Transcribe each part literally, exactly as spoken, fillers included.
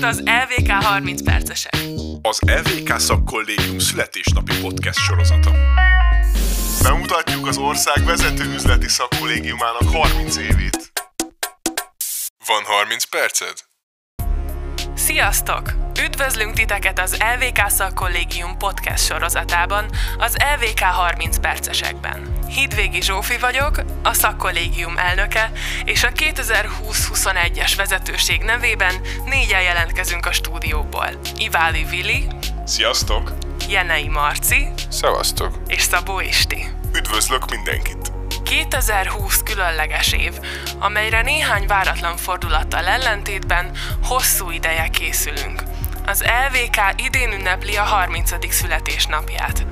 itt az é vé ká harminc percesek. Az é vé ká szakkollégium születésnapi podcast sorozata. Bemutatjuk az ország vezető üzleti szakkollégiumának harminc évét. Van harminc perced? Sziasztok! Üdvözlünk titeket az é vé ká szakkollégium podcast sorozatában, az é vé ká harminc percesekben. Hídvégi Zsófi vagyok, a szakkollégium elnöke, és a kétezer-húsz-huszonegyes vezetőség nevében négyen jelentkezünk a stúdióból. Iváli Vili, Sziasztok! Jenei Marci, Szevasztok! és Szabó Isti. Üdvözlök mindenkit! kétezer-húsz különleges év, amelyre néhány váratlan fordulattal ellentétben hosszú ideje készülünk. Az é vé ká idén ünnepli a harmincadik születésnapját.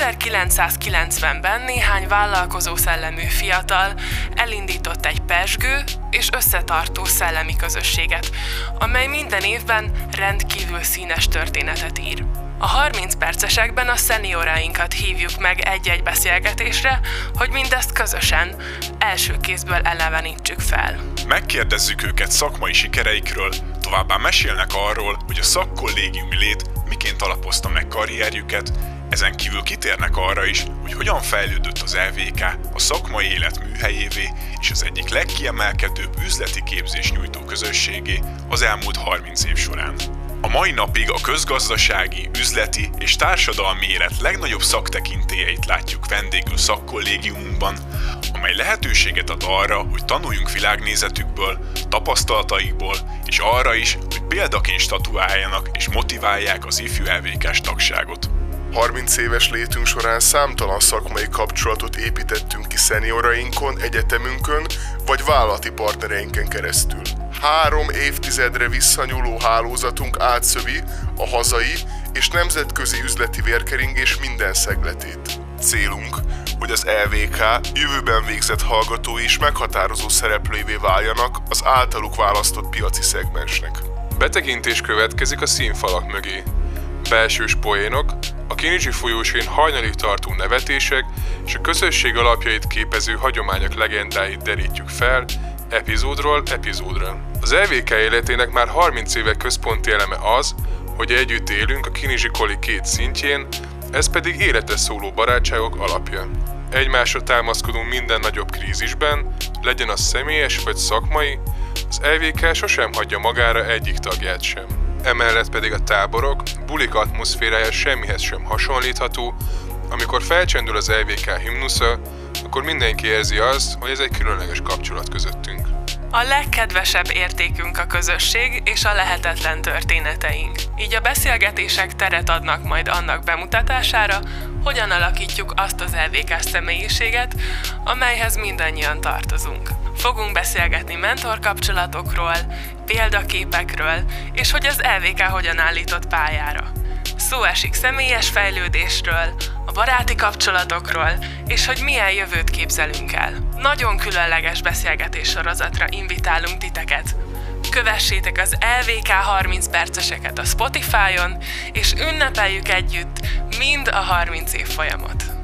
ezerkilencszázkilencvenben néhány vállalkozó szellemű fiatal elindított egy pezsgő és összetartó szellemi közösséget, amely minden évben rendkívül színes történetet ír. A harminc percesekben a szeniorainkat hívjuk meg egy-egy beszélgetésre, hogy mindezt közösen, első kézből elevenítsük fel. Megkérdezzük őket szakmai sikereikről, továbbá mesélnek arról, hogy a szakkollégiumi lét miként alapozta meg karrierjüket, ezen kívül kitérnek arra is, hogy hogyan fejlődött az é vé ká a szakmai élet műhelyévé és az egyik legkiemelkedőbb üzleti képzés nyújtó közösségé az elmúlt harminc év során. A mai napig a közgazdasági, üzleti és társadalmi élet legnagyobb szaktekintélyeit látjuk vendégül szakkollégiumunkban, amely lehetőséget ad arra, hogy tanuljunk világnézetükből, tapasztalataikból, és arra is, hogy példaként statuáljanak és motiválják az ifjú é vé ká-s tagságot. harminc éves létünk során számtalan szakmai kapcsolatot építettünk ki szeniorainkon, egyetemünkön vagy vállalati partnereinken keresztül. Három évtizedre visszanyúló hálózatunk átszövi a hazai és nemzetközi üzleti vérkeringés minden szegletét. Célunk, hogy az é vé ká jövőben végzett hallgatói is meghatározó szereplőivé váljanak az általuk választott piaci szegmensnek. Betekintés következik a színfalak mögé. Belsős poénok, a Kinizsi folyósén hajnalig tartó nevetések és a közösség alapjait képező hagyományok legendáit derítjük fel, epizódról epizódra. Az é vé ká életének már harminc éve központi eleme az, hogy együtt élünk a Kinizsi Koli két szintjén, ez pedig életre szóló barátságok alapja. Egymásra támaszkodunk minden nagyobb krízisben, legyen az személyes vagy szakmai, az é vé ká sosem hagyja magára egyik tagját sem. Emellett pedig a táborok, bulik atmoszférája semmihez sem hasonlítható, amikor felcsendül az é vé ká himnusza, akkor mindenki érzi azt, hogy ez egy különleges kapcsolat közöttünk. A legkedvesebb értékünk a közösség és a lehetetlen történeteink. Így a beszélgetések teret adnak majd annak bemutatására, hogyan alakítjuk azt az é vé ká személyiséget, amelyhez mindannyian tartozunk. Fogunk beszélgetni mentorkapcsolatokról, példaképekről, és hogy az é vé ká hogyan állított pályára. Szó esik személyes fejlődésről, a baráti kapcsolatokról, és hogy milyen jövőt képzelünk el. Nagyon különleges beszélgetés sorozatra invitálunk titeket. Kövessétek az é vé ká harminc perceseket a Spotify-on, és ünnepeljük együtt mind a harminc év folyamot.